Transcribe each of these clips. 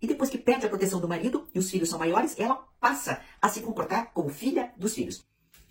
e depois que perde a proteção do marido e os filhos são maiores, ela passa a se comportar como filha dos filhos.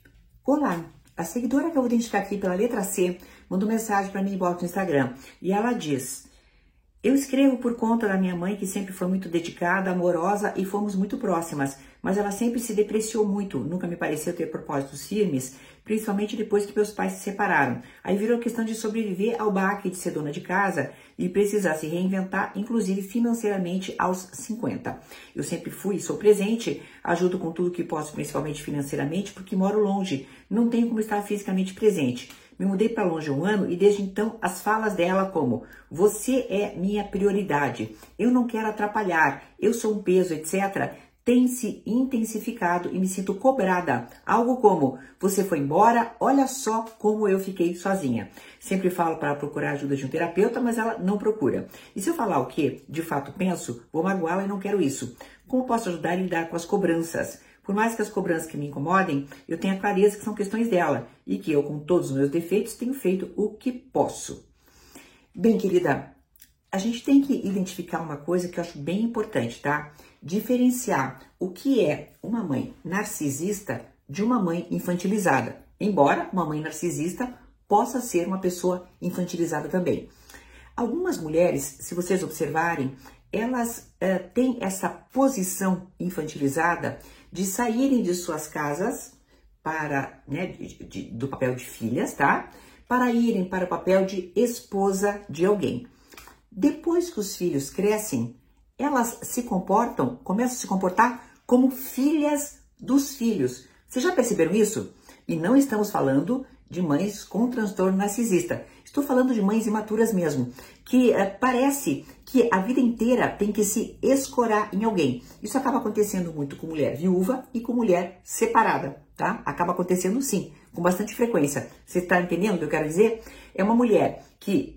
Olá, a seguidora que eu vou identificar aqui pela letra C mandou mensagem para mim no Instagram e ela diz: eu escrevo por conta da minha mãe, que sempre foi muito dedicada, amorosa e fomos muito próximas, mas ela sempre se depreciou muito, nunca me pareceu ter propósitos firmes, principalmente depois que meus pais se separaram. Aí virou questão de sobreviver ao baque de ser dona de casa e precisar se reinventar, inclusive financeiramente aos 50. Eu sempre fui, sou presente, ajudo com tudo que posso, principalmente financeiramente, porque moro longe, não tenho como estar fisicamente presente. Me mudei para longe há um ano e desde então as falas dela como: você é minha prioridade, eu não quero atrapalhar, eu sou um peso, etc., tem se intensificado e me sinto cobrada. Algo como: você foi embora, olha só como eu fiquei sozinha. Sempre falo para procurar ajuda de um terapeuta, mas ela não procura. E se eu falar o que de fato penso, vou magoá-la e não quero isso. Como posso ajudar a lidar com as cobranças? Por mais que as cobranças que me incomodem, eu tenho a clareza que são questões dela e que eu, com todos os meus defeitos, tenho feito o que posso. Bem, querida, a gente tem que identificar uma coisa que eu acho bem importante, tá? Diferenciar o que é uma mãe narcisista de uma mãe infantilizada. Embora uma mãe narcisista possa ser uma pessoa infantilizada também. Algumas mulheres, se vocês observarem, elas têm essa posição infantilizada de saírem de suas casas para, né, do papel de filhas, tá? Para irem para o papel de esposa de alguém. Depois que os filhos crescem, elas começam a se comportar como filhas dos filhos. Vocês já perceberam isso? E não estamos falando de mães com transtorno narcisista. Estou falando de mães imaturas mesmo, que parece que a vida inteira tem que se escorar em alguém. Isso acaba acontecendo muito com mulher viúva e com mulher separada, tá? Acaba acontecendo sim, com bastante frequência. Você está entendendo o que eu quero dizer? É uma mulher que,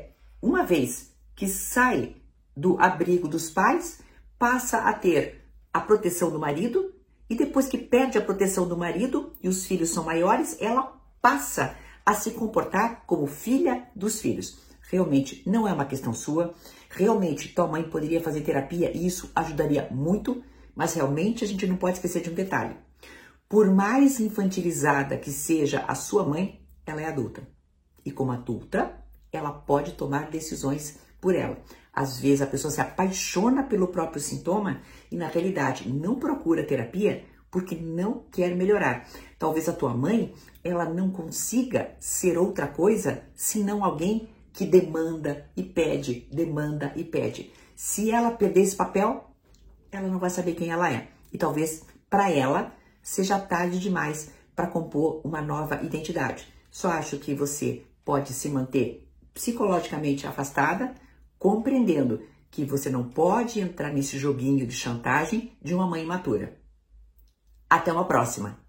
uma vez que sai do abrigo dos pais, passa a ter a proteção do marido, e depois que perde a proteção do marido e os filhos são maiores, ela passa a se comportar como filha dos filhos. Realmente não é uma questão sua, realmente tua mãe poderia fazer terapia e isso ajudaria muito, mas realmente a gente não pode esquecer de um detalhe. Por mais infantilizada que seja a sua mãe, ela é adulta. E como adulta, ela pode tomar decisões por ela. Às vezes a pessoa se apaixona pelo próprio sintoma e na realidade não procura terapia porque não quer melhorar. Talvez a tua mãe, ela não consiga ser outra coisa senão alguém que demanda e pede, demanda e pede. Se ela perder esse papel, ela não vai saber quem ela é. E talvez para ela seja tarde demais para compor uma nova identidade. Só acho que você pode se manter psicologicamente afastada, compreendendo que você não pode entrar nesse joguinho de chantagem de uma mãe imatura. Até uma próxima!